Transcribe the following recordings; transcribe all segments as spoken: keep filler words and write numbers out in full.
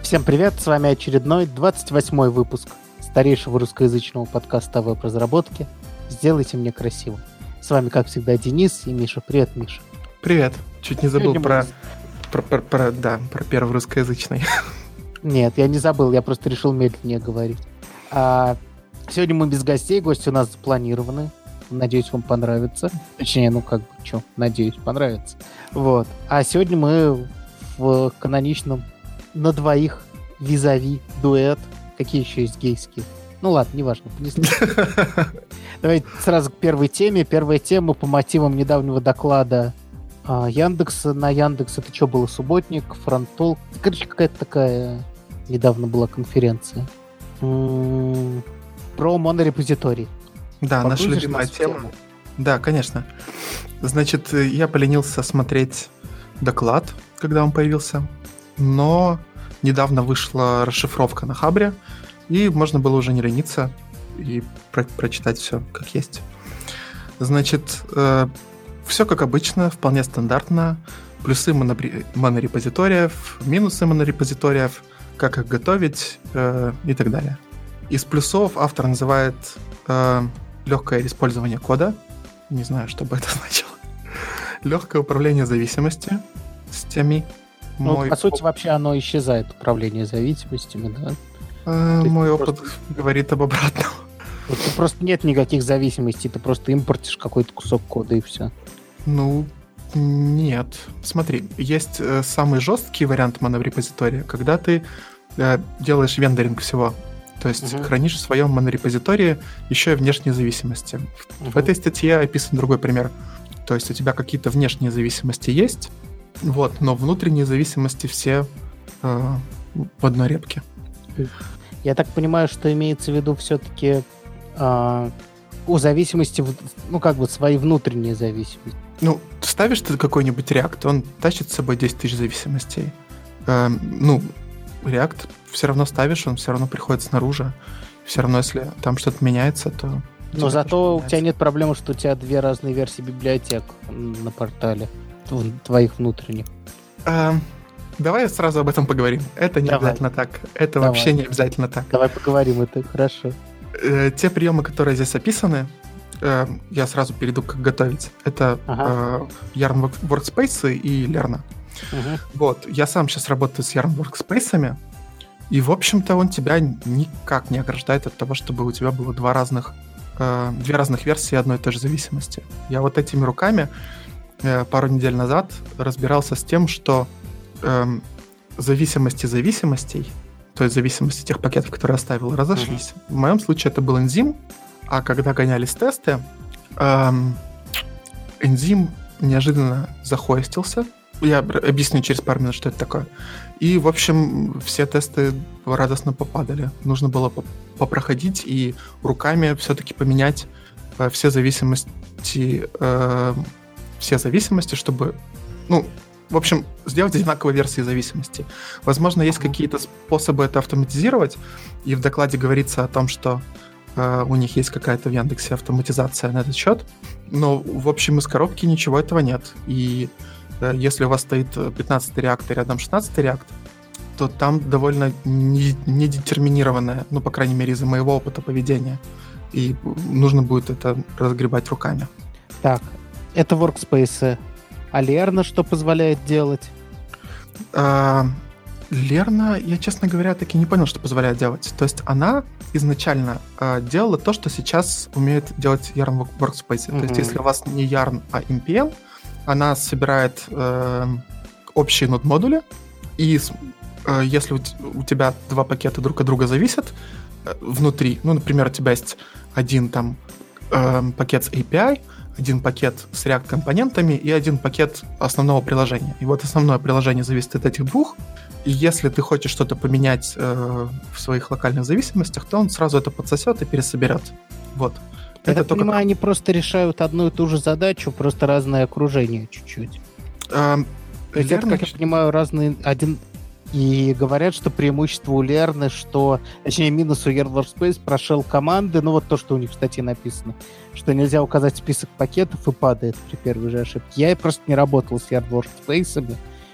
Всем привет, с вами очередной двадцать восьмой выпуск старейшего русскоязычного подкаста о веб-разработке «Сделайте мне красиво». С вами, как всегда, Денис и Миша. Привет, Миша. Привет. Чуть не забыл про, про, про, про, да, про первый русскоязычный. Нет, я не забыл, я просто решил медленнее говорить. А, сегодня мы без гостей, гости у нас запланированы. Надеюсь, вам понравится. Точнее, ну как бы, что, надеюсь, понравится. Вот. А сегодня мы в каноничном на двоих визави дуэт. Какие еще есть гейские? Ну ладно, неважно, понесли. Давайте сразу к первой теме. Первая тема по мотивам недавнего доклада а, Яндекса. На Яндекс это что было? Субботник, фронтол. Короче, какая-то такая недавно была конференция. М-м- про монорепозиторий. Да, наша любимая тема. Тему? Да, конечно. Значит, я поленился смотреть доклад, когда он появился, но недавно вышла расшифровка на Хабре, и можно было уже не лениться и про- прочитать все как есть. Значит, э, все как обычно, вполне стандартно. Плюсы монопри- монорепозиториев, минусы монорепозиториев, как их готовить э, и так далее. Из плюсов автор называет э, легкое использование кода. Не знаю, что бы это значило. Легкое управление зависимостью с теми. Ну, Мой по сути, оп- вообще оно исчезает, управление зависимостями, да? э, Ты мой опыт просто- говорит об обратном. Вот просто нет никаких зависимостей, ты просто импортишь какой-то кусок кода и все. Ну, нет. Смотри, есть э, самый жесткий вариант монорепозитория, когда ты э, делаешь вендоринг всего. То есть Мгм. хранишь в своем монорепозитории еще и внешние зависимости. В этой статье описан другой пример. То есть у тебя какие-то внешние зависимости есть, вот, но внутренние зависимости все э, в одной репке. Я так понимаю, что имеется в виду все-таки а, у зависимости, в- ну, как бы свои внутренние зависимости. Ну, ставишь ты какой-нибудь React, он тащит с собой десять тысяч зависимостей. Эм, ну, React все равно ставишь, он все равно приходит снаружи. Все равно, если там что-то меняется, то... у Но тебя зато тоже у меняется. тебя нет проблемы, что у тебя две разные версии библиотек на портале, тв- твоих внутренних. Эм, давай сразу об этом поговорим. Это не Давай. обязательно так. Это Давай. вообще не обязательно так. Давай поговорим, это хорошо. Э, те приемы, которые здесь описаны, э, я сразу перейду, как готовить. Это Ага. э, Yarn Work- Workspace и Lerna. Мгм. Вот, я сам сейчас работаю с Yarn Workspace'ами, и, в общем-то, он тебя никак не ограждает от того, чтобы у тебя было два разных, э, две разных версии одной и той же зависимости. Я вот этими руками э, пару недель назад разбирался с тем, что эм, зависимости зависимостей, то есть зависимости тех пакетов, которые я оставил, разошлись. В моем случае это был энзим, а когда гонялись тесты, эм, энзим неожиданно захостился. Я об- объясню через пару минут, что это такое. И, в общем, все тесты радостно попадали. Нужно было поп- попроходить и руками все-таки поменять э, все зависимости, э, все зависимости, чтобы, ну, в общем, сделать одинаковые версии зависимостей. Возможно, есть Мгм. какие-то способы это автоматизировать, и в докладе говорится о том, что э, у них есть какая-то в Яндексе автоматизация на этот счет, но, в общем, из коробки ничего этого нет. И э, если у вас стоит пятнадцатый реакт и рядом шестнадцатый реакт, то там довольно не- недетерминированное, ну, по крайней мере, из-за моего опыта поведения. И нужно будет это разгребать руками. Так, это Workspace. А Lerna что позволяет делать? А, Лерна, я, честно говоря, таки не понял, что позволяет делать. То есть она изначально а, делала то, что сейчас умеет делать Yarn Workspace. То есть Мгм. если у вас не Yarn, а эн пи эм, она собирает э, общие нод-модули, и с- э, если у, т- у тебя два пакета друг от друга зависят э, внутри, ну, например, у тебя есть один там э, пакет с эй пи ай, один пакет с React-компонентами и один пакет основного приложения. И вот основное приложение зависит от этих двух, и если ты хочешь что-то поменять э, в своих локальных зависимостях, то он сразу это подсосет и пересоберет. Вот. Я Это так только понимаю, они просто решают одну и ту же задачу, просто разное окружение чуть-чуть. Эм, То есть это, Lerna как я понимаю, разные... один И говорят, что преимущество у Lerna, что... Точнее, минус у Yarn Workspace прошел команды, ну вот то, что у них в статье написано, что нельзя указать список пакетов и падает при первой же ошибке. Я просто не работал с Yarn Workspace'ами,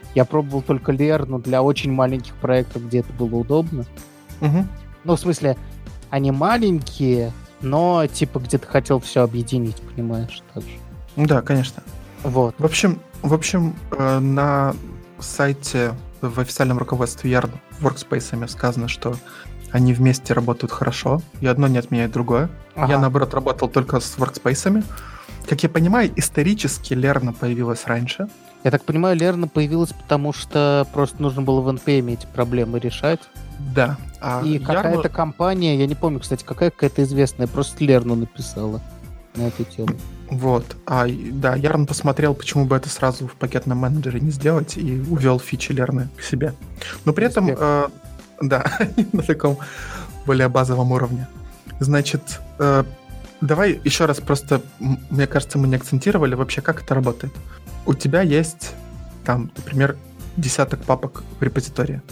Я пробовал только Лерну для очень маленьких проектов, где это было удобно. Угу. Ну, в смысле, они маленькие, но типа где-то хотел все объединить, понимаешь, так же. Да, конечно. Вот. В общем, в общем, э, на сайте в официальном руководстве Yarn Workspace'ами сказано, что они вместе работают хорошо, и одно не отменяет другое. Ага. Я, наоборот, работал только с Workspace'ами. Как я понимаю, исторически Лерна появилась раньше. Я так понимаю, Лерна появилась, потому что просто нужно было в эн пи эм эти проблемы решать. Да. А И Yarn... какая-то компания, я не помню, кстати, какая какая-то известная, просто Лерну написала на эту тему. Вот. А, да, Yarn посмотрел, почему бы это сразу в пакетном менеджере не сделать, и увел фичи Лерны к себе. Но при этом, э, да, на таком более базовом уровне. Значит, э, давай еще раз просто, мне кажется, мы не акцентировали вообще, как это работает. У тебя есть там, например, десяток папок в репозитории.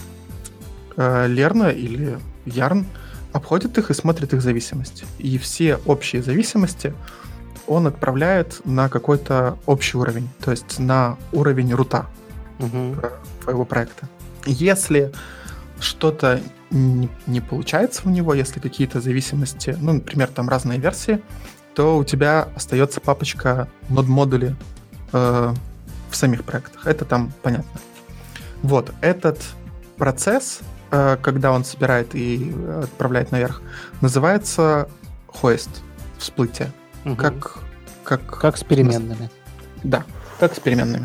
Э, Лерна или Yarn обходит их и смотрит их зависимости. И все общие зависимости он отправляет на какой-то общий уровень, то есть на уровень рута угу. твоего проекта. Если что-то не, не получается у него, если какие-то зависимости, ну, например, там разные версии, то у тебя остается папочка нод-модули э, в самих проектах. Это там понятно. Вот, этот процесс, э, когда он собирает и отправляет наверх, называется hoist, всплытие. Угу. Как, как... Как с переменными. Да, как с переменными.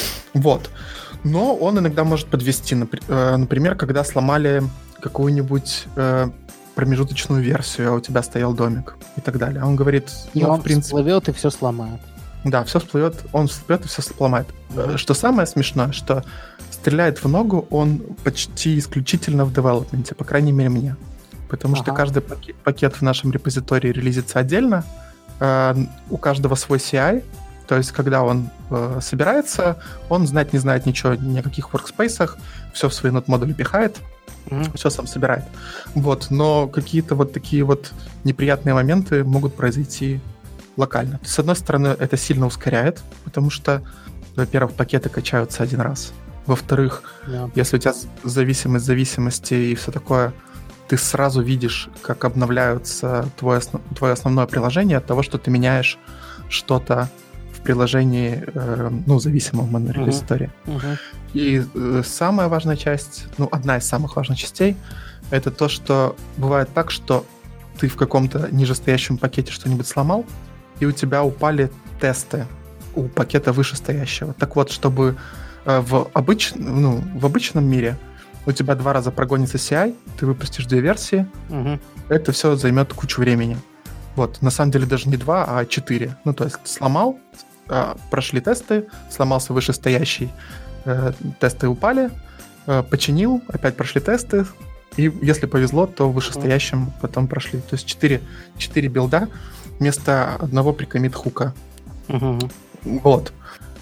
Вот. Но он иногда может подвести, например, когда сломали какую-нибудь э, промежуточную версию, а у тебя стоял домик и так далее. Он говорит... И ну, он в принципе... всплывет и все сломает. Да, все всплывет, он всплывет и все сломает. Mm-hmm. Что самое смешное, что стреляет в ногу он почти исключительно в девелопменте, по крайней мере мне. Потому ага. что каждый пакет, пакет в нашем репозитории релизится отдельно, э, у каждого свой си ай, то есть когда он э, собирается, он знать не знает ничего ни о каких workspace'ах, все в свои нод-модули пихает, mm-hmm. все сам собирает. Вот, но какие-то вот такие вот неприятные моменты могут произойти локально. С одной стороны, это сильно ускоряет, потому что, во-первых, пакеты качаются один раз. Во-вторых, yeah. если у тебя зависимость зависимости и все такое, ты сразу видишь, как обновляются твое, основ... твое основное приложение от того, что ты меняешь что-то в приложении, э, ну, зависимом в монорепозитории. Uh-huh. Uh-huh. И э, самая важная часть, ну, одна из самых важных частей, это то, что бывает так, что ты в каком-то нижестоящем пакете что-нибудь сломал, и у тебя упали тесты у пакета вышестоящего. Так вот, чтобы э, в, обыч... ну, в обычном мире у тебя два раза прогонится си ай, ты выпустишь две версии, угу. это все займет кучу времени. Вот, на самом деле даже не два, а четыре. Ну, то есть сломал, э, прошли тесты, сломался вышестоящий, э, тесты упали, э, починил, опять прошли тесты, и если повезло, то вышестоящим угу. потом прошли. То есть четыре, четыре билда вместо одного прикоммит-хука. Угу. Вот.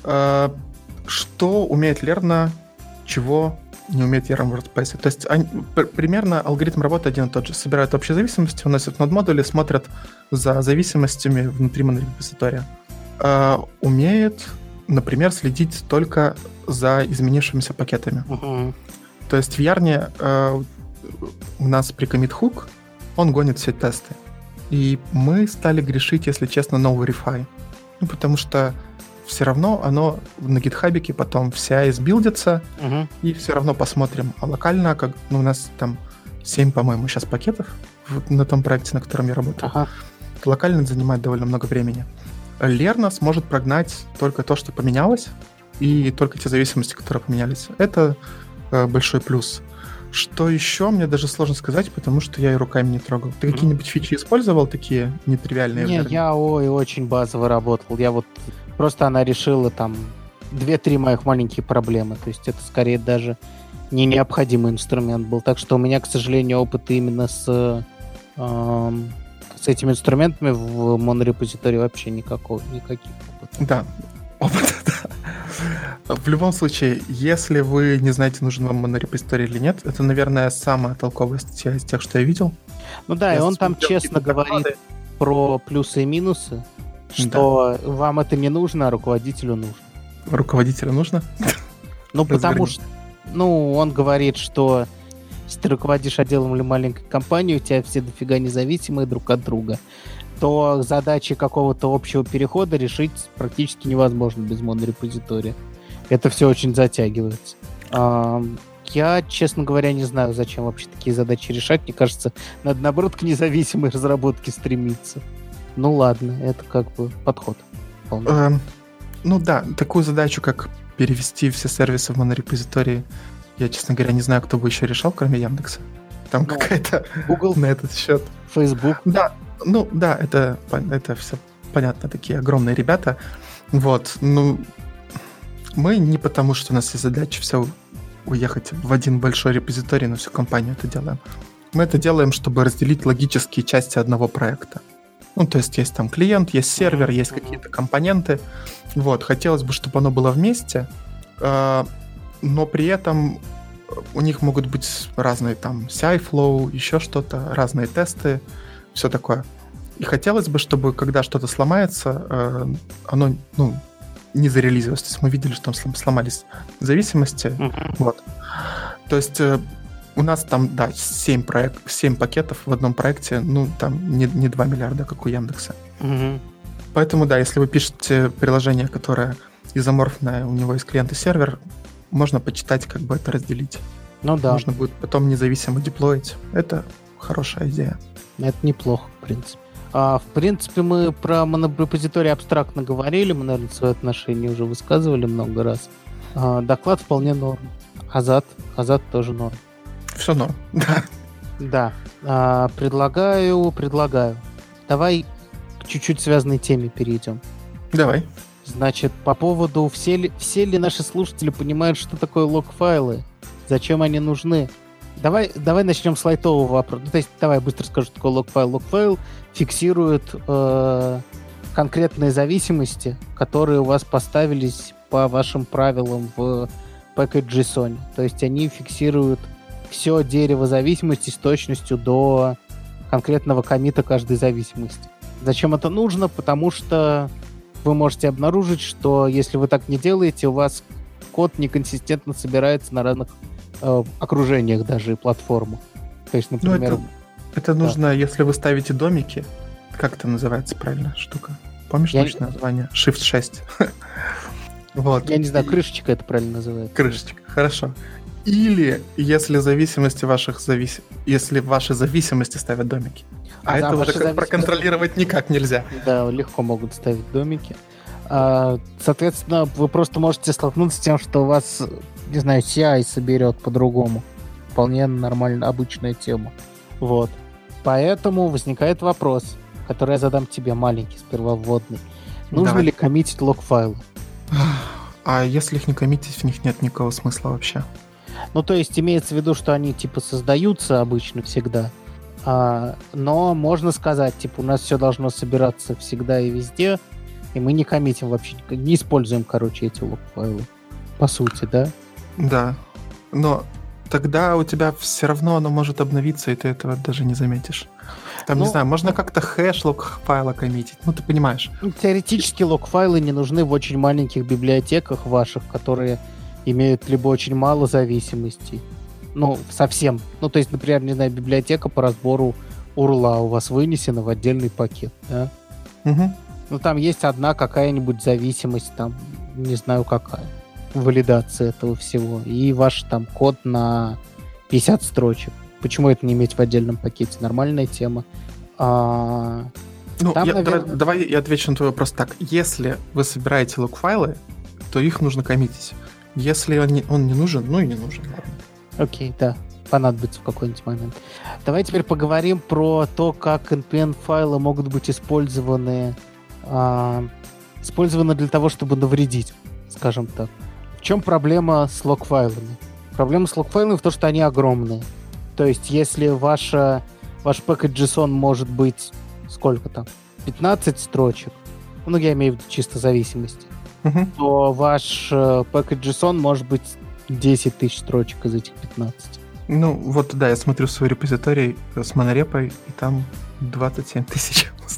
Э, что умеет Лерна, чего не умеет Yarn Workspace. То есть они, п- примерно алгоритм работы один и тот же. Собирают общие зависимости, уносят нод-модули, смотрят за зависимостями внутри монорепозитория. Э, умеет, например, следить только за изменившимися пакетами. Uh-huh. То есть в Yarn э, у нас при commit-hook он гонит все тесты. И мы стали грешить, если честно, no verify. Ну, потому что все равно оно на гитхабике потом в си ай сбилдится, uh-huh. и все равно посмотрим. А локально, как, ну, у нас там семь, по-моему, сейчас пакетов в, на том проекте, на котором я работаю. Uh-huh. Локально занимает довольно много времени. Лерна сможет прогнать только то, что поменялось, и только те зависимости, которые поменялись. Это э, большой плюс. Что еще, мне даже сложно сказать, потому что я и руками не трогал. Ты mm-hmm. какие-нибудь фичи использовал, такие нетривиальные? Не, я ой, очень базово работал. Я вот просто она решила там две-три моих маленькие проблемы. То есть это скорее даже не необходимый инструмент был. Так что у меня, к сожалению, опыта именно с, э, с этими инструментами в монорепозитории вообще никакого, никаких опытов. Да, опыт, да. В любом случае, если вы не знаете, нужен вам монорепозиторий или нет, это, наверное, самая толковая статья из тех, что я видел. Ну да, я и он там честно говорит доклады. Про плюсы и минусы, что да. вам это не нужно, а руководителю нужно. Руководителю нужно? Ну, потому Разверни. что, ну, он говорит, что если ты руководишь отделом или маленькой компанией, у тебя все дофига независимые друг от друга, то задачи какого-то общего перехода решить практически невозможно без монорепозитория. Это все очень затягивается. А, Я, честно говоря, не знаю, зачем вообще такие задачи решать. Мне кажется, надо, наоборот, к независимой разработке стремиться. Ну ладно, это как бы подход. вполне. Эм, ну да, такую задачу, как перевести все сервисы в монорепозитории, я, честно говоря, не знаю, кто бы еще решал, кроме Яндекса. Там Ну, какая-то Google, на этот счет. Facebook. Да, ну да, это, пон- это все понятно, такие огромные ребята. Вот, ну, мы не потому, что у нас есть задача все уехать в один большой репозиторий на всю компанию это делаем. Мы это делаем, чтобы разделить логические части одного проекта. Ну, то есть есть там клиент, есть сервер, есть какие-то компоненты. Вот, хотелось бы, чтобы оно было вместе, э, но при этом у них могут быть разные там си ай-флоу, еще что-то, разные тесты, все такое. И хотелось бы, чтобы когда что-то сломается, э, оно, ну, не зарелизилось. То есть мы видели, что там слом- сломались зависимости. Мгм. Вот. То есть э, у нас там, да, семь, проект, семь пакетов в одном проекте, ну, там не, не два миллиарда, как у Яндекса. Мгм. Поэтому, да, если вы пишете приложение, которое изоморфное, у него есть клиент и сервер, можно почитать, как бы это разделить. Ну да, Можно будет потом независимо деплоить. Это хорошая идея. это неплохо, в принципе. А, в принципе, мы про монорепозиторий абстрактно говорили, мы, наверное, свои отношения уже высказывали много раз. А, доклад вполне норм. Азат, Азат тоже норм. Все норм. Да. Да. А, предлагаю, предлагаю. Давай к чуть-чуть связанной теме перейдем. Давай. Значит, по поводу, все ли, все ли наши слушатели понимают, что такое лог-файлы, зачем они нужны? Давай, давай начнем с лайтового вопроса. Ну, то есть, давай быстро скажу, что такое лог-файл. Лог-файл фиксирует э, конкретные зависимости, которые у вас поставились по вашим правилам в package.json. То есть они фиксируют все дерево зависимости с точностью до конкретного коммита каждой зависимости. Зачем это нужно? Потому что вы можете обнаружить, что если вы так не делаете, у вас код неконсистентно собирается на разных э, окружениях даже и платформах. То есть, Ну, например... это, это нужно, если вы ставите домики. Как это называется правильно штука? Помнишь Я- точное название? шифт шесть. Вот. Я не знаю, И- крышечка это правильно называется. Крышечка, хорошо. Или если зависимости ваших завис... если ваши зависимости ставят домики. А, А, это да, уже ваши как зависимости- проконтролировать никак нельзя. Да, легко могут ставить домики. А, соответственно, вы просто можете столкнуться с тем, что у вас, не знаю, си ай соберет по-другому. Вполне нормально, обычная тема. Вот. Поэтому возникает вопрос, который я задам тебе, маленький, сперва вводный. Нужно Давай. ли коммитить лог-файлы? А если их не коммитить, в них нет никакого смысла вообще. Ну, то есть имеется в виду, что они, типа, создаются обычно всегда, а, но можно сказать, типа, у нас все должно собираться всегда и везде, и мы не коммитим вообще, не используем, короче, эти лог-файлы. По сути, да? Да. Но тогда у тебя все равно оно может обновиться, и ты этого даже не заметишь. Там, Ну, не знаю, можно как-то хэш лог-файла коммитить. Ну, ты понимаешь. Ну, теоретически лог-файлы не нужны в очень маленьких библиотеках ваших, которые имеют либо очень мало зависимостей, ну, совсем. Ну, то есть, например, не знаю, библиотека по разбору урла у вас вынесена в отдельный пакет, да? Угу. Ну, там есть одна какая-нибудь зависимость, там, не знаю какая, валидация этого всего, и ваш там код на пятьдесят строчек. Почему это не иметь в отдельном пакете? Нормальная тема. А, Ну, Там, я- наверное- давай, давай я отвечу на твой вопрос так. Если вы собираете лог-файлы, то их нужно коммитить. Если он не, он не нужен, ну и не нужен. Ладно. Окей, да, понадобится в какой-нибудь момент. Давай теперь поговорим про то, как эн пи эн-файлы могут быть использованы, а, использованы для того, чтобы навредить, скажем так. В чем проблема с лог-файлами? Проблема с лог-файлами в том, что они огромные. То есть, если ваша, ваш package.json может быть, сколько там, пятнадцать строчек, ну, я имею в виду чисто зависимости, Мгм. то ваш э, package.json может быть десять тысяч строчек из этих пятнадцати. Ну, вот да, я смотрю свой репозиторий с монорепой, и там двадцать семь тысяч строчек.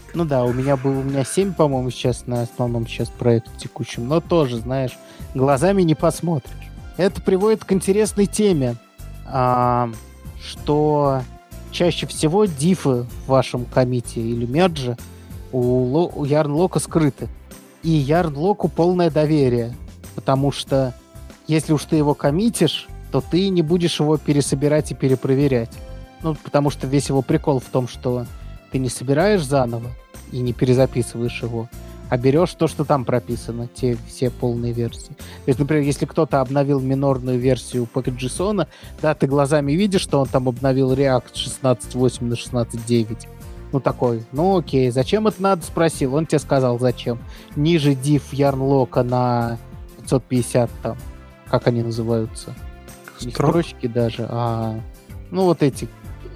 Ну да, у меня был, у меня семь, по-моему, сейчас на основном сейчас проекте текущем, но тоже, знаешь, глазами не посмотришь. Это приводит к интересной теме, а, что чаще всего дифы в вашем коммите или мердже у, ло, у Yarnlock скрыты. И Yarnlock полное доверие, потому что если уж ты его коммитишь, то ты не будешь его пересобирать и перепроверять. Ну, потому что весь его прикол в том, что ты не собираешь заново и не перезаписываешь его, а берешь то, что там прописано, те все полные версии. То есть, например, если кто-то обновил минорную версию Packet.json, да, ты глазами видишь, что он там обновил React шестнадцать восемь на шестнадцать девять. Ну, такой, ну окей, зачем это надо, спросил. Он тебе сказал, зачем. Ниже div Yarnlock на пятьсот пятьдесят там, как они называются? Не строчки даже, а... Ну, вот эти...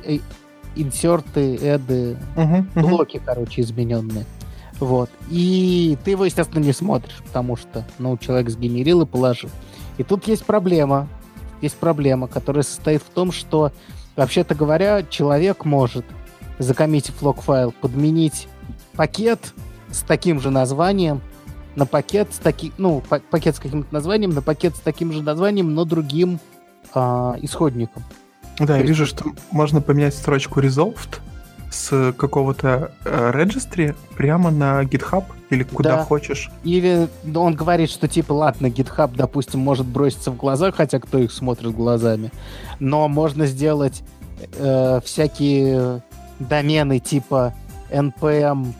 инсерты, эды, uh-huh, uh-huh. блоки, короче, измененные. Вот. И ты его, естественно, не смотришь, потому что, ну, человек сгенерил и положил. И тут есть проблема. Есть проблема, которая состоит в том, что, вообще-то говоря, человек может, закоммитив лог-файл, подменить пакет с таким же названием на пакет с таким, ну, па- пакет с каким-то названием на пакет с таким же названием, но другим а, исходником. Да, я вижу, что можно поменять строчку resolved с какого-то э, registry прямо на GitHub или куда да. хочешь. Или он говорит, что типа, ладно, GitHub, допустим, может броситься в глаза, хотя кто их смотрит глазами, но можно сделать э, всякие домены типа npm,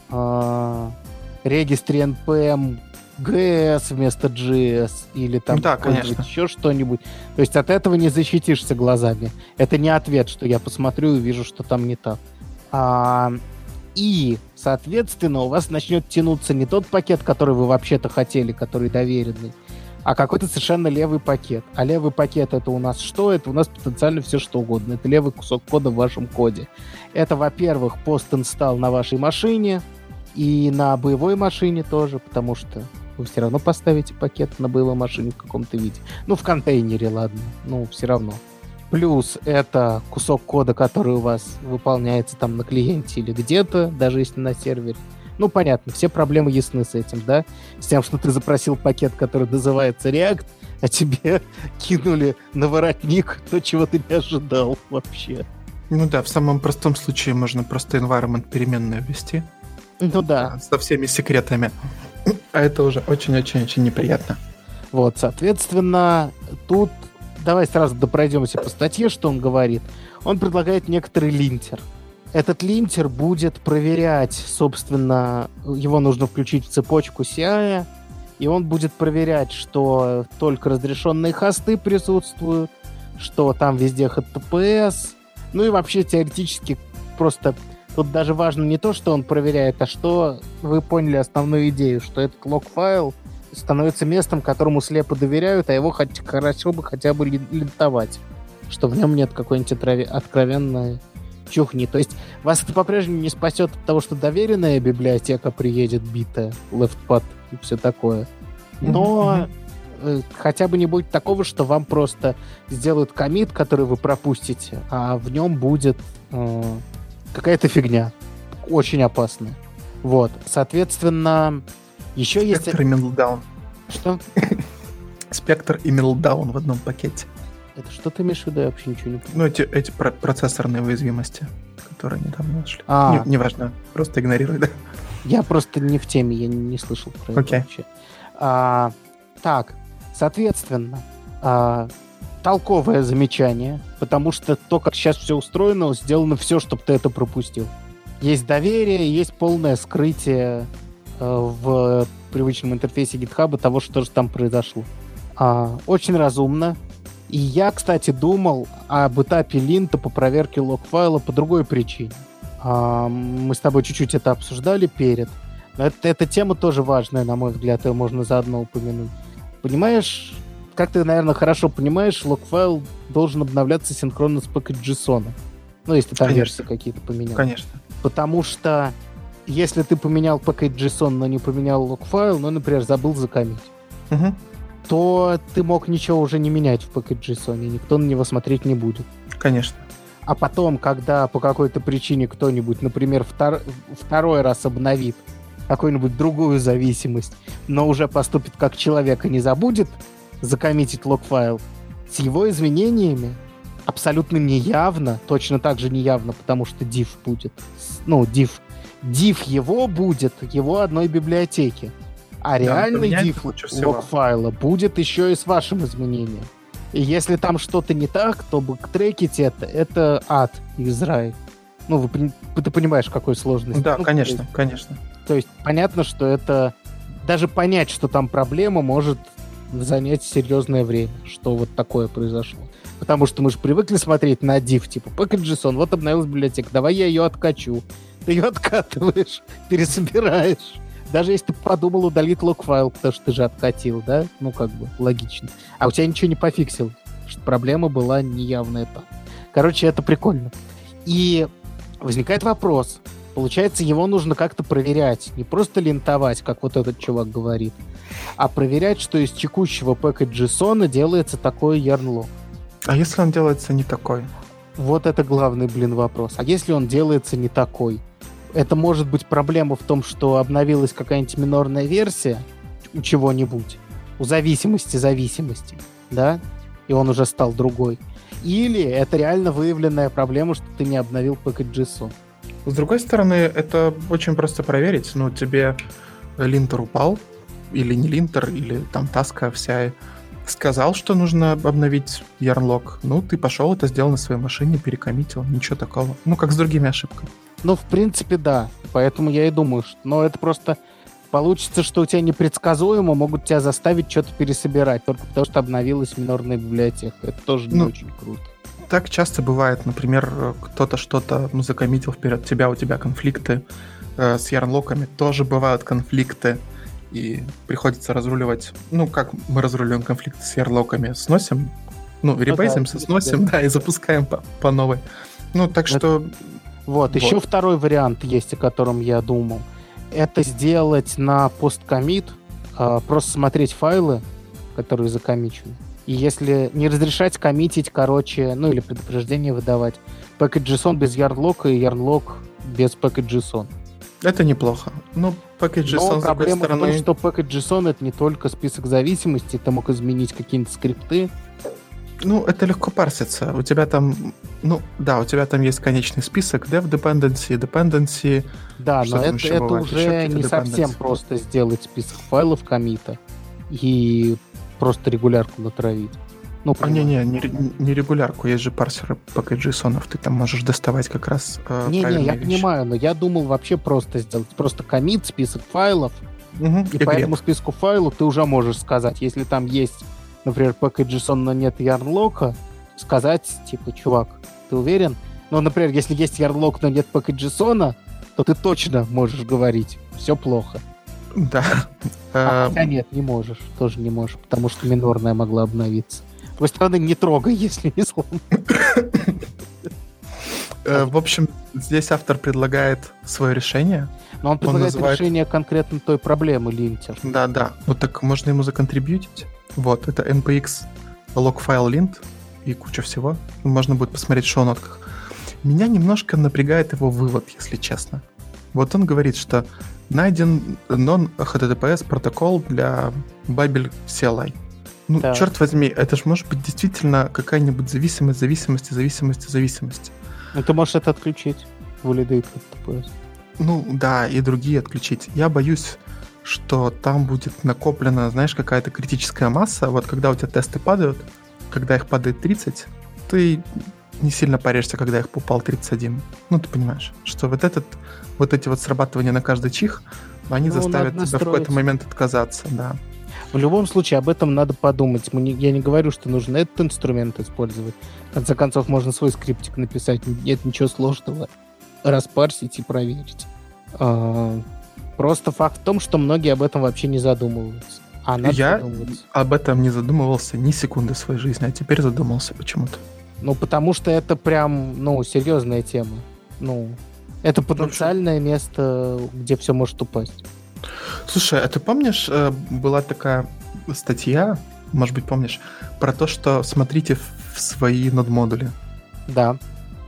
э, registry npm джи эс вместо джи эс или там да, конечно. еще что-нибудь. То есть от этого не защитишься глазами. Это не ответ, что я посмотрю и вижу, что там не так. А, и, соответственно, у вас начнет тянуться не тот пакет, который вы вообще-то хотели, который доверенный, а какой-то совершенно левый пакет. А левый пакет — это у нас что? Это у нас потенциально все что угодно. Это левый кусок кода в вашем коде. Это, во-первых, пост-инсталл на вашей машине и на боевой машине тоже, потому что вы все равно поставите пакет на боевой машине в каком-то виде. Ну, в контейнере, ладно. Ну, все равно. Плюс это кусок кода, который у вас выполняется там на клиенте или где-то, даже если на сервере. Ну, понятно, все проблемы ясны с этим, да? С тем, что ты запросил пакет, который называется React, а тебе кинули на воротник то, чего ты не ожидал вообще. Ну да, в самом простом случае можно просто environment переменную ввести. Ну да. Со всеми секретами. А это уже очень-очень-очень неприятно. Вот, соответственно, тут давай сразу допройдемся по статье, что он говорит. Он предлагает некоторый линтер. Этот линтер будет проверять, собственно, его нужно включить в цепочку си ай, и он будет проверять, что только разрешенные хосты присутствуют, что там везде эйч ти ти пи эс, ну и вообще теоретически просто... Тут даже важно не то, что он проверяет, а что вы поняли основную идею, что этот лог-файл становится местом, которому слепо доверяют, а его хоть, хорошо бы хотя бы линтовать, что в нем нет какой-нибудь откровенной чухни. То есть вас это по-прежнему не спасет от того, что доверенная библиотека приедет битая, leftpad и все такое. Но mm-hmm. хотя бы не будет такого, что вам просто сделают коммит, который вы пропустите, а в нем будет... Э- какая-то фигня. Очень опасная. Вот. Соответственно, еще Spectre есть... Spectre и Middledown. Что? Spectre и Middledown в одном пакете. Это что ты имеешь в виду? Я вообще ничего не понимаю. Ну, эти, эти про- процессорные уязвимости, которые недавно нашли. А. Не, неважно. Просто игнорируй, да? Я просто не в теме, я не, не слышал про okay. это вообще. А, так, соответственно, а, толковое замечание, потому что то, как сейчас все устроено, сделано все, чтобы ты это пропустил. Есть доверие, есть полное скрытие э, в привычном интерфейсе GitHub того, что же там произошло. А, очень разумно. И я, кстати, думал об этапе линта по проверке лог-файла по другой причине. А, мы с тобой чуть-чуть это обсуждали перед. Но это, эта тема тоже важная, на мой взгляд, ее можно заодно упомянуть. Понимаешь... Как ты, наверное, хорошо понимаешь, лог-файл должен обновляться синхронно с Packet.json. Ну, если там версии какие-то поменял. Конечно. Потому что если ты поменял Packet.json, но не поменял лог-файл, ну, например, забыл закоммитить, угу. то ты мог ничего уже не менять в Packet.json, и никто на него смотреть не будет. Конечно. а потом, когда по какой-то причине кто-нибудь, например, втор... второй раз обновит какую-нибудь другую зависимость, но уже поступит как человек и не забудет закоммитить лог-файл, с его изменениями абсолютно неявно, точно так же неявно, потому что div будет, ну, div, div его будет его одной библиотеки, а реальный да, div лог-файла будет еще и с вашим изменением. И если там что-то не так, то трекить это, это ад из рая. Ну, вы, ты понимаешь, какой сложность. Да, ну, конечно, то есть, конечно. То есть понятно, что это... Даже понять, что там проблема, может занять серьезное время, что вот такое произошло. Потому что мы же привыкли смотреть на div, типа, package.json, вот обновилась библиотека, давай я ее откачу. Ты ее откатываешь, пересобираешь. Даже если ты подумал удалить лог-файл, потому что ты же откатил, да? Ну, как бы, логично. А у тебя ничего не пофиксил, что проблема была неявная там. Короче, это прикольно. И возникает вопрос. Получается, его нужно как-то проверять. Не просто линтовать, как вот этот чувак говорит, а проверять, что из текущего package.json делается такой yarn-log. А если он делается не такой? Вот это главный, блин, вопрос. А если он делается не такой? Это может быть проблема в том, что обновилась какая-нибудь минорная версия у чего-нибудь, у зависимости зависимости, да, и он уже стал другой. Или это реально выявленная проблема, что ты не обновил package.json. С другой стороны, это очень просто проверить. Ну, тебе линтер упал, или не линтер, или там таска вся сказал, что нужно обновить yarn-log. Ну, ты пошел, это сделал на своей машине, перекоммитил, ничего такого. Ну, как с другими ошибками. Ну, в принципе, да. Поэтому я и думаю, что... Но это просто получится, что у тебя непредсказуемо могут тебя заставить что-то пересобирать, только потому что обновилась минорная библиотека. Это тоже не ну, очень круто. Так часто бывает. Например, кто-то что-то ну, закоммитил вперед тебя, у тебя конфликты э, с yarn-локами. Тоже бывают конфликты. И приходится разруливать... Ну, как мы разруливаем конфликты с yarn-локами? Сносим, ну, ребейзимся, ну, да, сносим, да. да, и запускаем по, по новой. Ну, так это... что... Вот, вот, еще второй вариант есть, о котором я думал. Это сделать на посткоммит, э, просто смотреть файлы, которые закоммичены. И если не разрешать коммитить, короче, ну или предупреждение выдавать, package.json без yarn-log и yarn-log без package.json. Это неплохо. Ну, package.json, с другой стороны... в том, что package.json это не только список зависимостей, ты мог изменить какие-нибудь скрипты. Ну, это легко парсится. У тебя там, ну, да, у тебя там есть конечный список, dev dependency, dependency. Да, но это, это уже не совсем просто сделать список файлов коммита и просто регулярку натравить. Ну, а не-не, не, не регулярку, есть же парсеры package.json, ты там можешь доставать как раз э, Не-не, я вещи. Понимаю, но я думал вообще просто сделать, просто коммит, список файлов, угу, и, и по этому списку файлов ты уже можешь сказать, если там есть, например, package.json, но нет yarn-лока, сказать, типа, чувак, ты уверен? Ну, например, если есть yarn-лок, но нет package.json, то ты точно можешь говорить, все плохо. Да. А, хотя нет, не можешь, тоже не можешь, потому что минорная могла обновиться. С другой стороны, не трогай, если не сломан. В общем, здесь автор предлагает свое решение. Но он предлагает он называет... решение конкретно той проблемы, линтер. Да, да. Вот так можно ему законтрибьютить. Вот, это эн пи икс logfile lint и куча всего. Можно будет посмотреть в шоу-нотках. Меня немножко напрягает его вывод, если честно. Вот он говорит, что найден non-эйч ти ти пи эс протокол для Babel си эл ай. Ну, да. Черт возьми, это же может быть действительно какая-нибудь зависимость, зависимости, зависимости, зависимости. Ну, ты можешь это отключить, validate эйч ти ти пи эс. Ну, да, и другие отключить. Я боюсь, что там будет накоплена, знаешь, какая-то критическая масса. Вот когда у тебя тесты падают, когда их падает тридцать, ты не сильно паришься, когда их упал тридцать один. Ну, ты понимаешь, что вот этот, вот эти вот срабатывания на каждый чих, они ну, заставят тебя в какой-то момент отказаться, да. В любом случае, об этом надо подумать. Мы не, я не говорю, что нужно этот инструмент использовать. В конце концов, можно свой скриптик написать. Нет ничего сложного. Распарсить и проверить. А, просто факт в том, что многие об этом вообще не задумываются. А надо я об этом не задумывался ни секунды в своей жизни, а теперь задумался почему-то. Ну, потому что это прям, ну, серьезная тема. Ну, это потенциальное место, где все может упасть. Слушай, а ты помнишь, была такая статья, может быть, помнишь, про то, что смотрите в свои нод-модули? Да.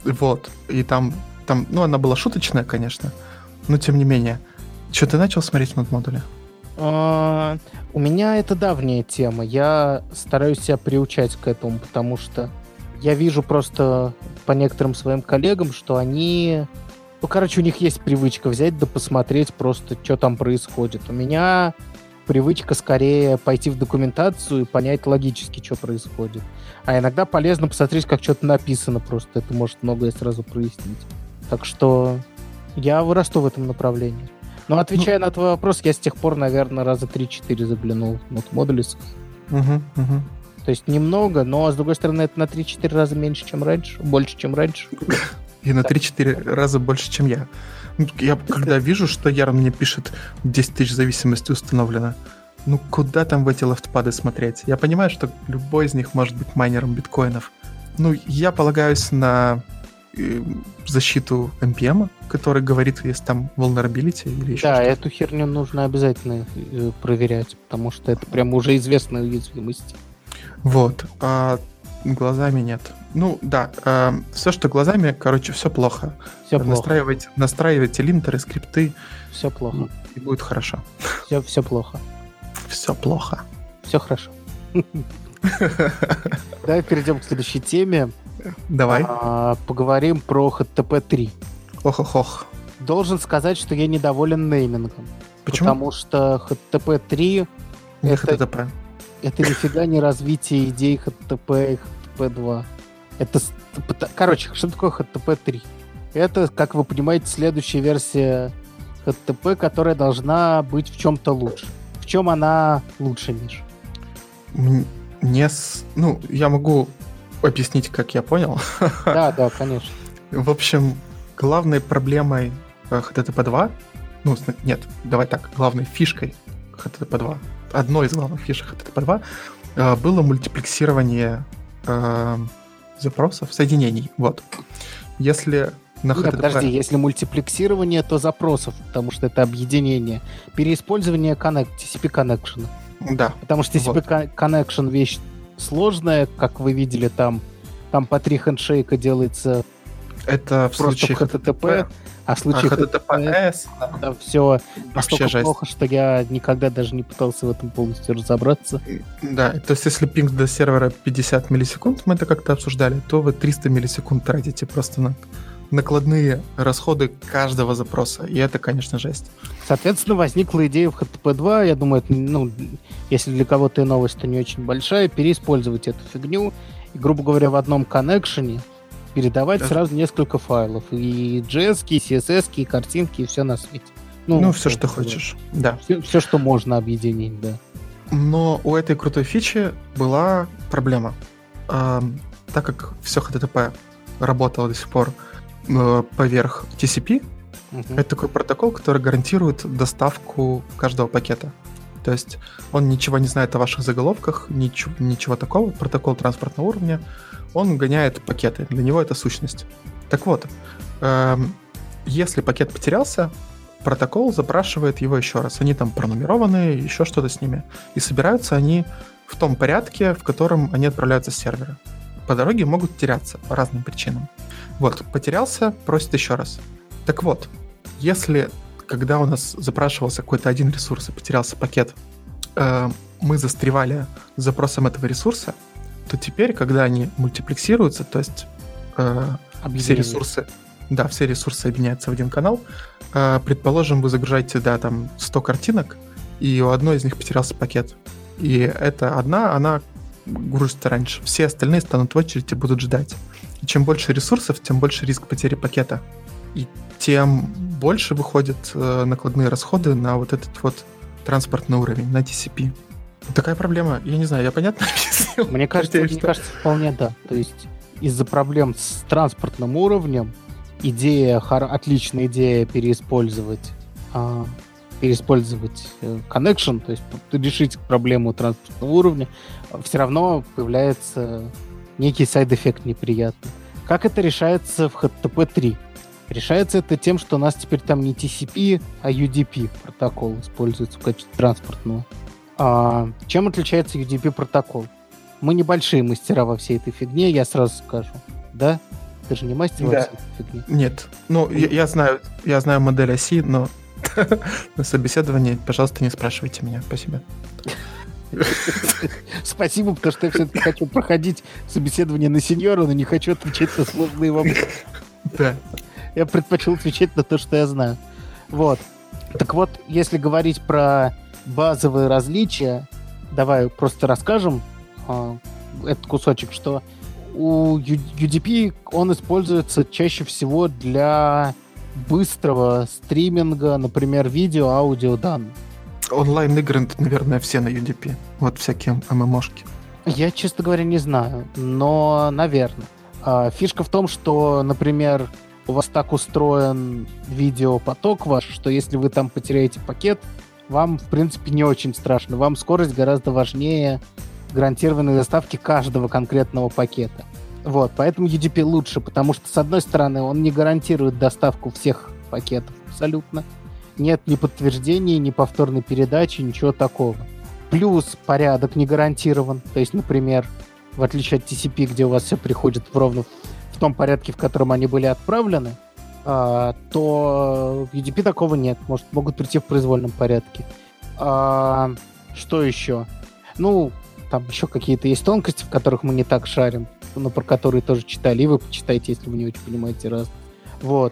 Вот. И там, там, ну, она была шуточная, конечно, но тем не менее. Что, ты начал смотреть мод-модули? А, у меня это давняя тема. Я стараюсь себя приучать к этому, потому что я вижу просто по некоторым своим коллегам, что они... Ну, короче, у них есть привычка взять да посмотреть просто, что там происходит. У меня привычка скорее пойти в документацию и понять логически, что происходит. А иногда полезно посмотреть, как что-то написано просто. Это может многое сразу прояснить. Так что я вырасту в этом направлении. Но отвечая ну, на твой вопрос, я с тех пор, наверное, раза три-четыре заглянул в мод-модулис. Угу, угу. То есть немного, но, с другой стороны, это на три-четыре раза меньше, чем раньше. Больше, чем раньше. И на три-четыре раза больше, чем я. Я когда вижу, что Яр мне пишет десять тысяч зависимости установлено, ну куда там в эти лефтпады смотреть? Я понимаю, что любой из них может быть майнером биткоинов. Ну, я полагаюсь на э, защиту эн пи эм, который говорит, если там vulnerability или еще да, что-то. Да, эту херню нужно обязательно э, проверять, потому что это прям уже известная уязвимость. Вот. А глазами нет. Ну, да. Э, все, что глазами, короче, все плохо. Все настраивайте, плохо. Настраивайте линтеры, скрипты. Все плохо. И будет хорошо. Все, все плохо. Все плохо. Все хорошо. Давай перейдем к следующей теме. Давай. А, поговорим про эйч ти ти пи три. Ох-ох-ох. Должен сказать, что я недоволен неймингом. Почему? Потому что эйч ти ти пи три не это, эйч ти ти пи. Это нифига не развитие идей эйч ти ти пи и эйч ти ти пи два. Это, короче, что такое эйч ти ти пи три? Это, как вы понимаете, следующая версия эйч ти ти пи, которая должна быть в чем-то лучше. В чем она лучше, Миш? Не с... Ну, я могу объяснить, как я понял. Да, да, конечно. В общем, главной проблемой эйч ти ти пи два, ну, нет, давай так, главной фишкой эйч ти ти пи два, одной из главных фишек эйч ти ти пи два было мультиплексирование э, запросов, соединений. Вот. Если на эйч ти ти пи... Нет, подожди, если мультиплексирование, то запросов, потому что это объединение. Переиспользование connect, ти си пи connection. Да. Потому что ти си пи вот. Connection вещь сложная, как вы видели, там, там по три хендшейка делается это в просто случае в эйч ти ти пи, а в случае а эйч ти ти пи эс да, все настолько жесть. Плохо, что я никогда даже не пытался в этом полностью разобраться. Да, то есть если пинг до сервера пятьдесят миллисекунд, мы это как-то обсуждали, то вы триста миллисекунд тратите просто на накладные расходы каждого запроса, и это, конечно, жесть. Соответственно, возникла идея в эйч ти ти пи два, я думаю, это, ну, если для кого-то и новость, то не очень большая, переиспользовать эту фигню и, грубо говоря, в одном коннекшене передавать да. сразу несколько файлов, и джей эс, и си эс эс, и картинки, и все на свете. Ну, ну все, что хочешь, да. Все, все, что можно объединить, да. Но у этой крутой фичи была проблема. Эм, так как все эйч ти ти пи работало до сих пор поверх ти си пи, uh-huh. это такой протокол, который гарантирует доставку каждого пакета. То есть он ничего не знает о ваших заголовках, ничего, ничего такого. Протокол транспортного уровня, он гоняет пакеты. Для него это сущность. Так вот, эм, если пакет потерялся, протокол запрашивает его еще раз. Они там пронумерованы, еще что-то с ними. И собираются они в том порядке, в котором они отправляются с сервера. По дороге могут теряться по разным причинам. Вот, потерялся, просит еще раз. Так вот, если, когда у нас запрашивался какой-то один ресурс и потерялся пакет, э, мы застревали с запросом этого ресурса, то теперь, когда они мультиплексируются, то есть э, все ресурсы, да, все ресурсы объединяются в один канал, э, предположим, вы загружаете, да, там сто картинок, и у одной из них потерялся пакет. И эта одна, она грузится раньше. Все остальные станут в очередь и будут ждать. И чем больше ресурсов, тем больше риск потери пакета. И тем больше выходят э, накладные расходы на вот этот вот транспортный уровень, на ти си пи. Такая проблема. Я не знаю, я понятно объяснил? Мне кажется, мне кажется, вполне да. То есть из-за проблем с транспортным уровнем идея, отличная идея переиспользовать а, переиспользовать connection, то есть решить проблему транспортного уровня, все равно появляется некий сайд-эффект неприятный. Как это решается в эйч ти ти пи три? Решается это тем, что у нас теперь там не ти си пи, а ю ди пи протокол используется в качестве транспортного. А чем отличается ю ди пи протокол? Мы небольшие мастера во всей этой фигне, я сразу скажу. Да? Ты же не мастер во Да. всей этой фигне. Нет. Ну, я, я знаю, я знаю модель оси, но на собеседовании, пожалуйста, не спрашивайте меня. Спасибо. Спасибо, потому что я все-таки хочу проходить собеседование на сеньора, но не хочу отвечать на сложные вопросы. Да. Я предпочел отвечать на то, что я знаю. Вот. Так вот, если говорить про базовые различия, давай просто расскажем э, этот кусочек, что у ю ди пи он используется чаще всего для быстрого стриминга, например, видео, аудио данных. Онлайн-игры, наверное, все на ю ди пи. Вот всякие эм эм о-шки. Я, честно говоря, не знаю, но, наверное. А, фишка в том, что, например, у вас так устроен видеопоток ваш, что если вы там потеряете пакет, вам, в принципе, не очень страшно. Вам скорость гораздо важнее гарантированной доставки каждого конкретного пакета. Вот, поэтому ю ди пи лучше, потому что, с одной стороны, он не гарантирует доставку всех пакетов абсолютно. Нет ни подтверждений, ни повторной передачи, ничего такого. Плюс порядок не гарантирован. То есть, например, в отличие от ти си пи, где у вас все приходит в ровно в том порядке, в котором они были отправлены, а, то в ю ди пи такого нет. Может, могут прийти в произвольном порядке. А, что еще? Ну, там еще какие-то есть тонкости, в которых мы не так шарим, но про которые тоже читали. И вы почитайте, если вы не очень понимаете раз. Вот.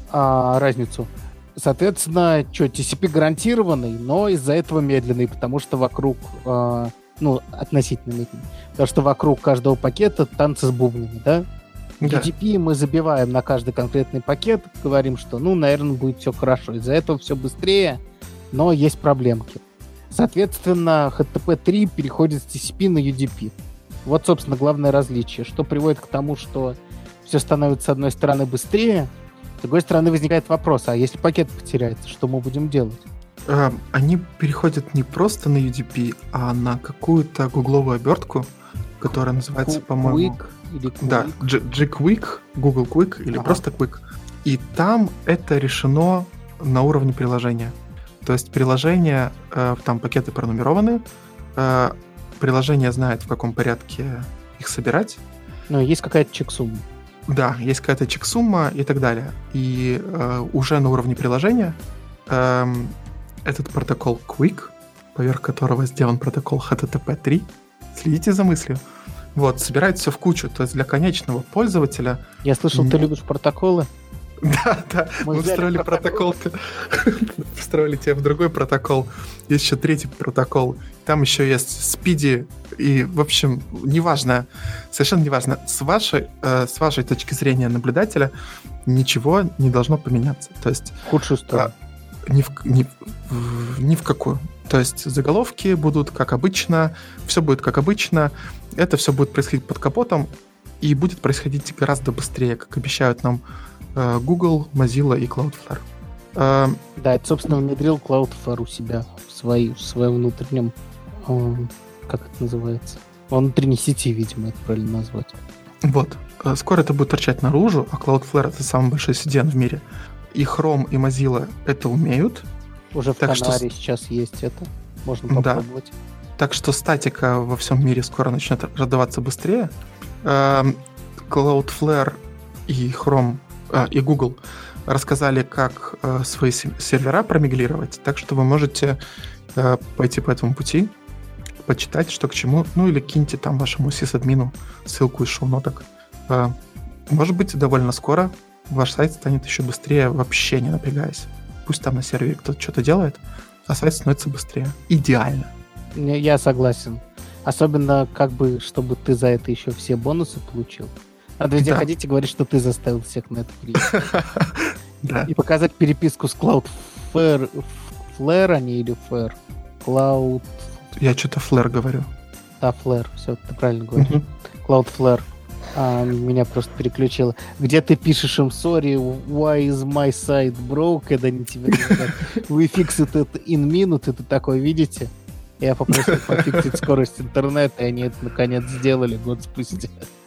А, разницу. Соответственно, что, ти си пи гарантированный, но из-за этого медленный, потому что вокруг, э, ну, относительно медленный, потому что вокруг каждого пакета танцы с бубнами, да? Да. ю ди пи мы забиваем на каждый конкретный пакет, говорим, что, ну, наверное, будет все хорошо. Из-за этого все быстрее, но есть проблемки. Соответственно, эйч ти ти пи три переходит с ти си пи на ю ди пи. Вот, собственно, главное различие, что приводит к тому, что все становится, с одной стороны, быстрее, с другой стороны, возникает вопрос, а если пакет потеряется, что мы будем делать? Э, Они переходят не просто на ю ди пи, а на какую-то гугловую обертку, которая называется, Quick по-моему... или Quick? Да, G- G-Quick, Google Quick или Ага. просто Quick. И там это решено на уровне приложения. То есть приложение, э, там пакеты пронумерованы, э, приложение знает, в каком порядке их собирать. Ну, есть какая-то чек-сумма. Да, есть какая-то чек-сумма и так далее. И э, уже на уровне приложения эм, этот протокол Quick, поверх которого сделан протокол эйч ти ти пи три, следите за мыслью, вот, собирает все в кучу. То есть для конечного пользователя... Я слышал, ты Не- любишь протоколы. Да, да, Мы мы взяли встроили протокол. протокол, встроили тебе в другой протокол, есть еще третий протокол, там еще есть спиди, и, в общем, неважно, совершенно неважно, с вашей, э, с вашей точки зрения наблюдателя ничего не должно поменяться, то есть В худшую сторону. ни в, ни, в- ни в какую. То есть заголовки будут как обычно, все будет как обычно, это все будет происходить под капотом, и будет происходить гораздо быстрее, как обещают нам э, Google, Mozilla и Cloudflare. Э, Да, это, собственно, внедрил Cloudflare у себя в, свои, в своем внутреннем, э, как это называется, во внутренней сети, видимо, это правильно назвать. Вот. Э, Скоро это будет торчать наружу, а Cloudflare — это самый большой си ди эн в мире. И Chrome, и Mozilla это умеют. Уже в Так что Канаре сейчас есть это, можно Да. попробовать. Так что статика во всем мире скоро начнет раздаваться быстрее. Эм, Cloudflare и Chrome, а, и Google рассказали, как э, свои се- сервера промигрировать, так что вы можете э, пойти по этому пути, почитать, что к чему, ну или киньте там вашему сисадмину ссылку из шоу-ноток. Э, может быть, довольно скоро ваш сайт станет еще быстрее, вообще не напрягаясь. Пусть там на сервере кто-то что-то делает, а сайт становится быстрее. Идеально. Не, Я согласен. Особенно, как бы, чтобы ты за это еще все бонусы получил. Надо везде Да. ходить и говорить, что ты заставил всех на это прийти. Да. И показать переписку с Cloudflare. Flare они или Fair? Cloud... Я что-то флэр говорю. Да, Flare. Все, ты правильно говоришь. Мгм. Cloudflare. А, меня просто переключило. Где ты пишешь им sorry, why is my site broke, когда они тебе говорят, we fix it in minute, и ты такой, видите? Я попросил пофиксить скорость интернета, и они это наконец сделали год спустя.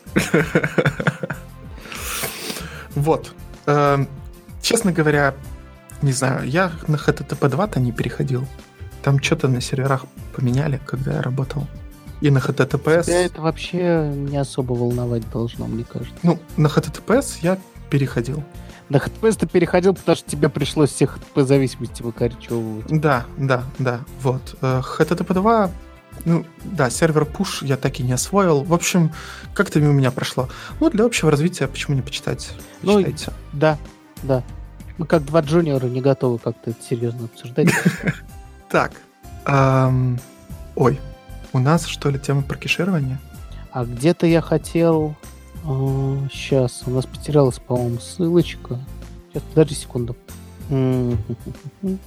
Вот. Эм, Честно говоря, не знаю, я на эйч ти ти пи два-то не переходил. Там что-то на серверах поменяли, когда я работал. И на эйч ти ти пи эс... Тебя это вообще не особо волновать должно, мне кажется. Ну, на эйч ти ти пи эс я переходил. На эйч ти ти пи эс ты переходил, потому что тебе пришлось всех эйч ти ти пи зависимости выкорчевывать. Да, да, да, вот. эйч ти ти пи два, ну, да, сервер push я так и не освоил. В общем, как-то мимо меня прошло. Ну, для общего развития почему не почитать? Ну, Почитайте. Да, да. Мы как два джуниора не готовы как-то это серьезно обсуждать. Так. эм, Ой, у нас, что ли, тема про кеширование? А где-то я хотел... Сейчас, у нас потерялась, по-моему, ссылочка. Сейчас, подожди секунду. Мгм.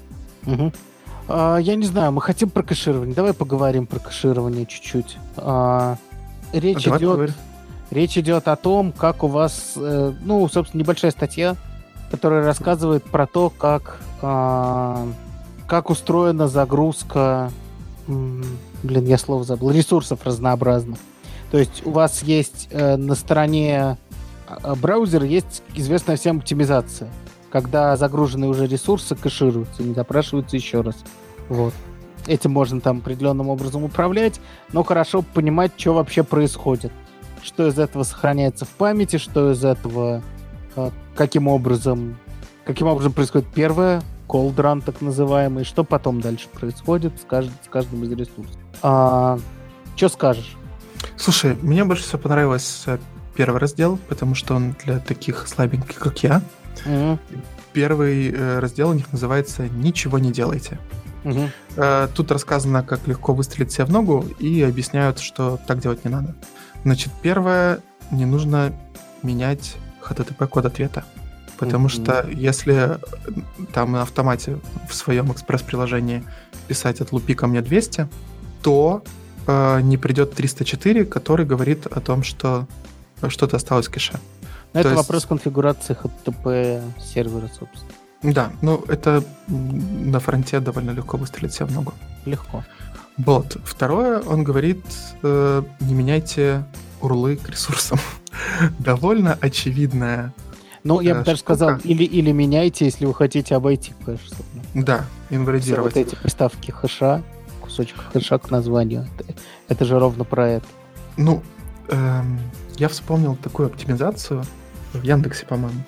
А, Я не знаю, мы хотим про кэширование. Давай поговорим про кэширование чуть-чуть. А, Речь Давай идет... поговорим. Речь идет о том, как у вас, э, ну, собственно, небольшая статья, которая рассказывает про то, как, а, как устроена загрузка, м, блин, я слово забыл, ресурсов разнообразных. То есть у вас есть э, на стороне а, браузера есть известная всем оптимизация, когда загруженные уже ресурсы кэшируются, не запрашиваются еще раз. Вот. Этим можно там определенным образом управлять, но хорошо понимать, что вообще происходит. Что из этого сохраняется в памяти, что из этого, э, каким образом, каким образом происходит первое, cold run так называемый, что потом дальше происходит с, кажд- с каждым из ресурсов. А, что скажешь? Слушай, мне больше всего понравился первый раздел, потому что он для таких слабеньких, как я. Угу. Первый э, раздел у них называется «Ничего не делайте». Угу. Э, тут рассказано, как легко выстрелить себе в ногу, и объясняют, что так делать не надо. Значит, первое, не нужно менять эйч ти ти пи код ответа. Потому Мгм. что если там на автомате в своем экспресс-приложении писать «отлупи ко мне двести», то э, не придет триста четыре, который говорит о том, что что-то осталось в кэше. Но это есть- вопрос конфигурации эйч ти ти пи сервера, собственно. Да, ну это м, на фронте довольно легко выстрелить себе в ногу. Легко. Вот. Второе, он говорит, э, не меняйте урлы к ресурсам. Довольно очевидная, Ну, я Э, бы даже штука. сказал, или, или меняйте, если вы хотите обойти кэш. собственно. да, Все инвалидировать. вот эти приставки хэша, кусочек хэша к названию, это, это же ровно про это. Ну, эм, я вспомнил такую оптимизацию в Яндексе, по-моему.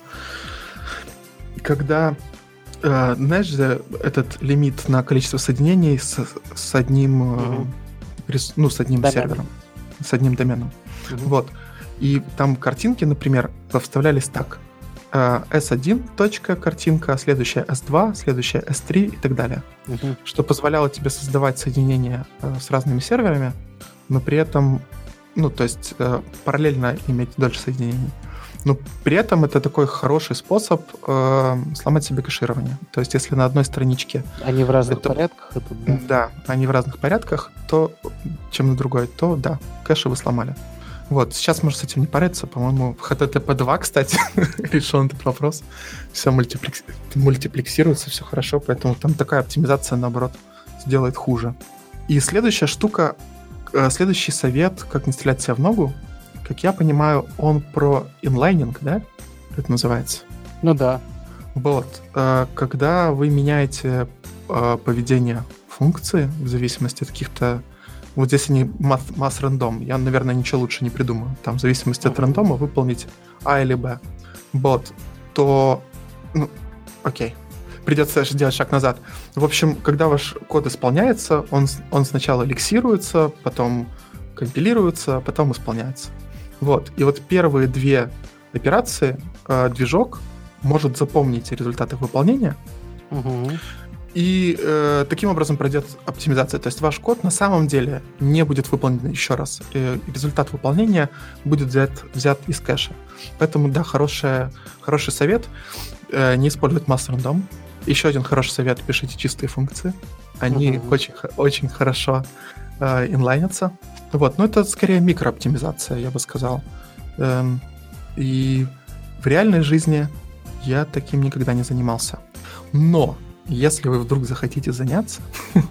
Когда, э, знаешь, же этот лимит на количество соединений с, с одним, э, Мгм. рес- ну, с одним Доменом. сервером, с одним доменом. Мгм. Вот. И там картинки, например, вставлялись так. Э, эс один точка картинка, следующая эс два, следующая эс три и так далее. Мгм. Что позволяло тебе создавать соединения э, с разными серверами, но при этом, ну, то есть э, параллельно иметь дольше соединений. Но при этом это такой хороший способ э, сломать себе кэширование. То есть если на одной страничке, Они в разных Это- порядках идут, да? да, они в разных порядках, то чем на другой, то да, кэши вы сломали. Вот, сейчас можно с этим не париться. По-моему, в эйч ти ти пи два, кстати, решен этот вопрос. Все мультиплекс... мультиплексируется, все хорошо, поэтому там такая оптимизация, наоборот, сделает хуже. И следующая штука, э, следующий совет, как не стрелять себе в ногу, как я понимаю, он про инлайнинг, да? Это называется. Ну да. Вот. э, Когда вы меняете э, поведение функции в зависимости от каких-то... Вот здесь они масс-рандом. Я, наверное, ничего лучше не придумаю. Там в зависимости от Мгм. рандома выполнить А или Б. Вот. То... Ну, окей. Придется делать шаг назад. В общем, когда ваш код исполняется, он, с- он сначала лексируется, потом компилируется, потом исполняется. Вот. И вот первые две операции э, движок может запомнить результаты их выполнения, Мгм. и э, таким образом пройдет оптимизация. То есть ваш код на самом деле не будет выполнен еще раз. Э, результат выполнения будет взят, взят из кэша. Поэтому, да, хорошая, хороший совет. Э, не использовать масс-рандом. Еще один хороший совет. Пишите чистые функции. Они Мгм. очень, х- очень хорошо э, инлайнятся. Вот. Но это скорее микрооптимизация, я бы сказал. Эм, и в реальной жизни я таким никогда не занимался. Но если вы вдруг захотите заняться,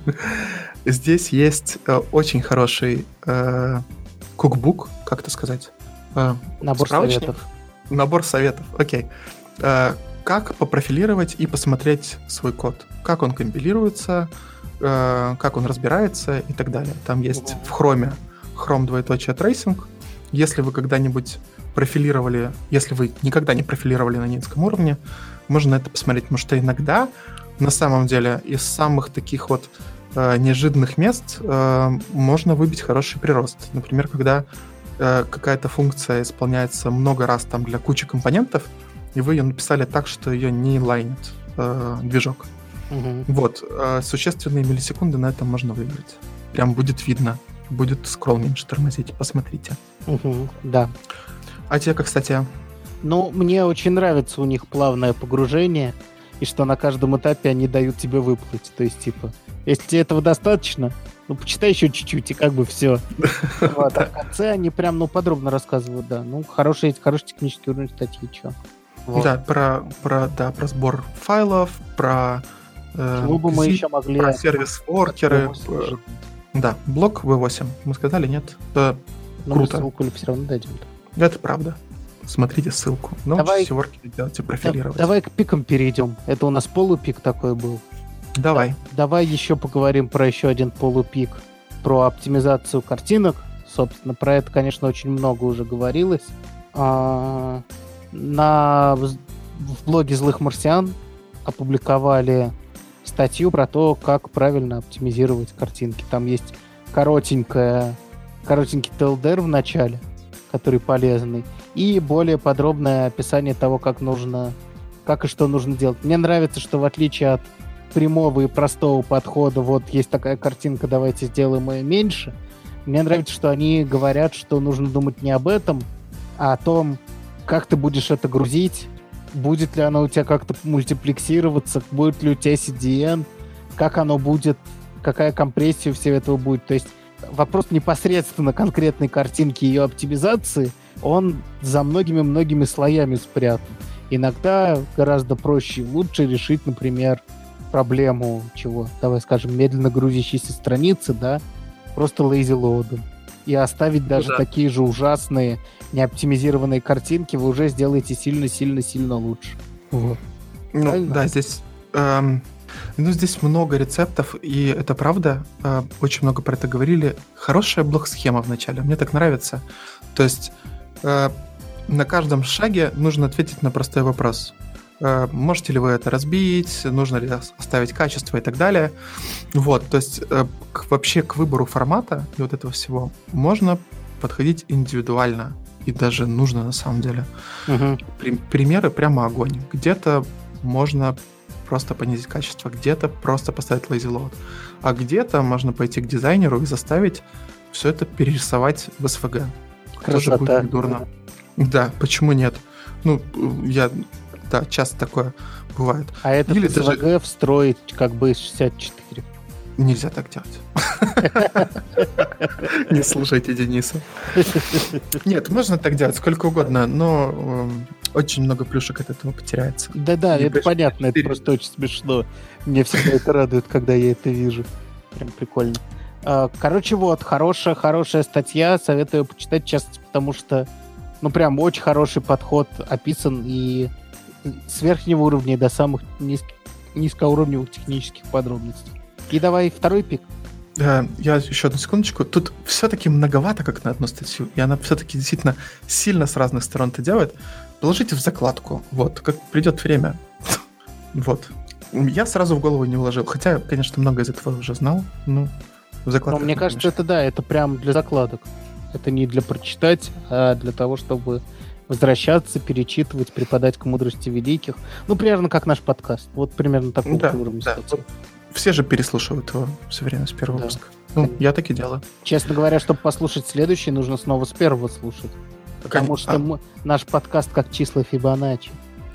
здесь есть э, очень хороший э, кукбук, как это сказать? Э, Набор справочник? советов. Набор советов, окей. Э, как попрофилировать и посмотреть свой код. Как он компилируется, э, как он разбирается и так далее. Там есть Мгм. в хроме Chrome двоеточие трейсинг. Если вы когда-нибудь профилировали, если вы никогда не профилировали на низком уровне, можно это посмотреть, потому что иногда, на самом деле, из самых таких вот э, неожиданных мест э, можно выбить хороший прирост. Например, когда э, какая-то функция исполняется много раз там для кучи компонентов, и вы ее написали так, что ее не лайнит э, движок. Угу. Вот. Э, существенные миллисекунды на этом можно выиграть. Прям будет видно. Будет скролл меньше тормозить. Посмотрите. Угу, да. А тебе, как, кстати? Ну, мне очень нравится у них плавное погружение, и что на каждом этапе они дают тебе выплыть. То есть, типа, если тебе этого достаточно, ну, почитай еще чуть-чуть, и как бы все. Вот. А в конце они прям, ну, подробно рассказывают, да. Ну, хороший, хороший технический уровень статьи, что. Вот. Да, про, про, да, про сбор файлов, про, э, Чего бы мы zip, еще могли... про сервис-воркеры. Про... Да, блок ви восемь. Мы сказали, нет? Да, но круто. Мы ссылку все равно дадим. Это правда. Смотрите ссылку. Научитесь Давай... воркеры делать и профилировать. Да, давай к пикам перейдем. Это у нас полупик такой был. Давай. Да, давай еще поговорим про еще один полупик. Про оптимизацию картинок. Собственно, про это, конечно, очень много уже говорилось. А, на, в блоге «Злых марсиан» опубликовали статью про то, как правильно оптимизировать картинки. Там есть коротенькая, коротенький ти эл ди ар в начале, который полезный, и более подробное описание того, как нужно, как и что нужно делать. Мне нравится, что в отличие от прямого и простого подхода, вот есть такая картинка, давайте сделаем ее меньше, мне нравится, что они говорят, что нужно думать не об этом, а о том, как ты будешь это грузить, будет ли оно у тебя как-то мультиплексироваться, будет ли у тебя си ди эн, как оно будет, какая компрессия всего этого будет. То есть вопрос непосредственно конкретной картинки и ее оптимизации, он за многими-многими слоями спрятан. Иногда гораздо проще и лучше решить, например, проблему чего? Давай скажем, медленно грузящейся страницы, да, просто lazy load. И оставить даже да. такие же ужасные, неоптимизированные картинки вы уже сделаете сильно-сильно-сильно лучше. Вот. Ну, да, здесь... Эм, ну, здесь много рецептов, и это правда. Э, очень много про это говорили. Хорошая блок-схема в начале. Мне так нравится. То есть э, на каждом шаге нужно ответить на простой вопрос. Э, можете ли вы это разбить? Нужно ли оставить качество и так далее? Вот, то есть э, к, вообще к выбору формата и вот этого всего можно подходить индивидуально. И даже нужно на самом деле. Угу. При, примеры прямо огонь. Где-то можно просто понизить качество, где-то просто поставить lazy load. А где-то можно пойти к дизайнеру и заставить все это перерисовать в эс ви джи. Красота. Тоже будет недурно. Да, почему нет? Ну, я... Да, часто такое бывает. А это Или эс ви джи даже... встроить как бы шестьдесят четыре. Нельзя так делать. Не слушайте Дениса. Нет, можно так делать сколько угодно, но очень много плюшек от этого потеряется. Да-да, это понятно, это просто очень смешно. Мне всегда это радует, когда я это вижу. Прям прикольно. Короче, вот, хорошая, хорошая статья, советую почитать часто, потому что, ну, прям очень хороший подход описан и с верхнего уровня до самых низ... низкоуровневых технических подробностей. И давай второй пик. Я еще одну секундочку. Тут все-таки многовато, как на одну статью, и она все-таки действительно сильно с разных сторон это делает. Положите в закладку. Вот, как придет время. Вот. Я сразу в голову не уложил. Хотя, конечно, много из этого уже знал. Ну, в закладках. Но мне кажется, это да, это прям для закладок. Это не для прочитать, а для того, чтобы возвращаться, перечитывать, преподать к мудрости великих. Ну, примерно как наш подкаст. Вот примерно такого да, уровня да. статьи. Все же переслушивают его все время с первого да. выпуска. Ну, конечно. Я так и делаю. Честно говоря, чтобы послушать следующий, нужно снова с первого слушать. Потому Кон... что а... мы, наш подкаст как числа Фибоначчи.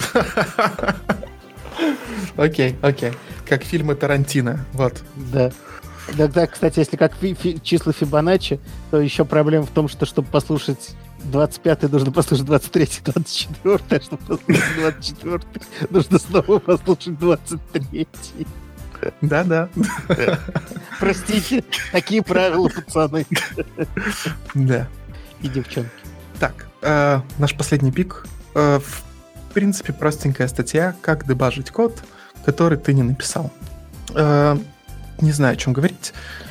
Окей, окей. Как фильмы Тарантино. Вот. Да. Да, да, кстати, если как фи- фи- числа Фибоначчи, то еще проблема в том, что чтобы послушать двадцать пятый, нужно послушать двадцать третий, двадцать четвёртый, а чтобы послушать двадцать четвёртый, нужно снова послушать двадцать третий. Да-да. Простите, такие правила, пацаны. Да. И девчонки. Так, э, наш последний пик. Э, в принципе, простенькая статья, как дебажить код, который ты не написал. Э, не знаю, о чем говорить.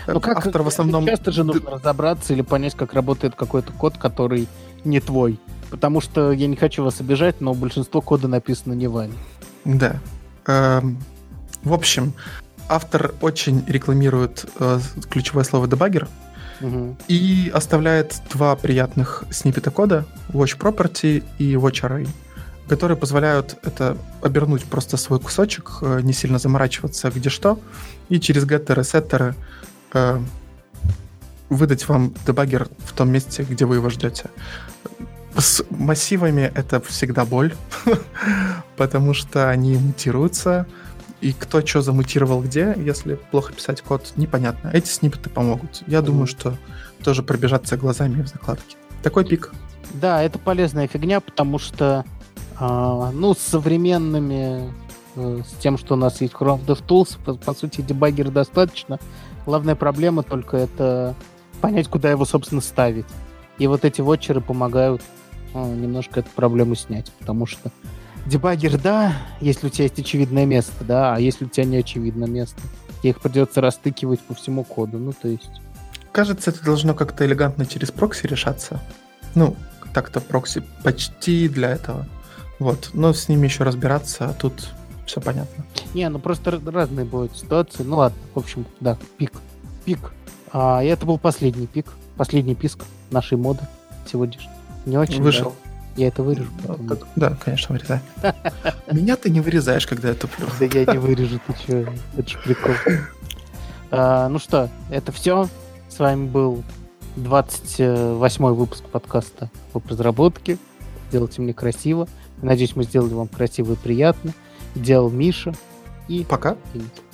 Ну как, автор в основном... Часто же нужно разобраться или понять, как работает какой-то код, который не твой. Потому что я не хочу вас обижать, но большинство кода написано не вами. Да. Эм, в общем, автор очень рекламирует э, ключевое слово debugger Угу. и оставляет два приятных сниппета кода, watch property и watch array, которые позволяют это обернуть просто свой кусочек, э, не сильно заморачиваться где что, и через геттеры, сеттеры э, выдать вам дебаггер в том месте, где вы его ждете. С массивами это всегда боль, потому что они мутируются, и кто что замутировал где, если плохо писать код, непонятно. Эти сниппеты помогут. Я mm. думаю, что тоже пробежаться глазами в закладке. Такой пик. Да, это полезная фигня, потому что э, ну, с современными, э, с тем, что у нас есть Chrome DevTools, по, по сути, дебаггера достаточно. Главная проблема только это понять, куда его, собственно, ставить. И вот эти вотчеры помогают э, немножко эту проблему снять, потому что дебаггер, да, если у тебя есть очевидное место, да, а если у тебя не очевидное место, тебе их придется растыкивать по всему коду, ну, то есть... Кажется, это должно как-то элегантно через прокси решаться. Ну, так-то прокси почти для этого. Вот, но с ними еще разбираться, а тут все понятно. Не, ну просто разные будут ситуации. Ну ладно, в общем, да, пик. Пик. А, и это был последний пик, последний писк нашей моды сегодняшней. Не очень, Вышел. Да. Я это вырежу. Да, да, конечно, вырезай. Меня ты не вырезаешь, когда я туплю. Да я не вырежу, ты че? Это же прикол. А, ну что, это все. С вами был двадцать восьмой выпуск подкаста об разработке. Делайте мне красиво. Надеюсь, мы сделали вам красиво и приятно. Делал Миша. И пока.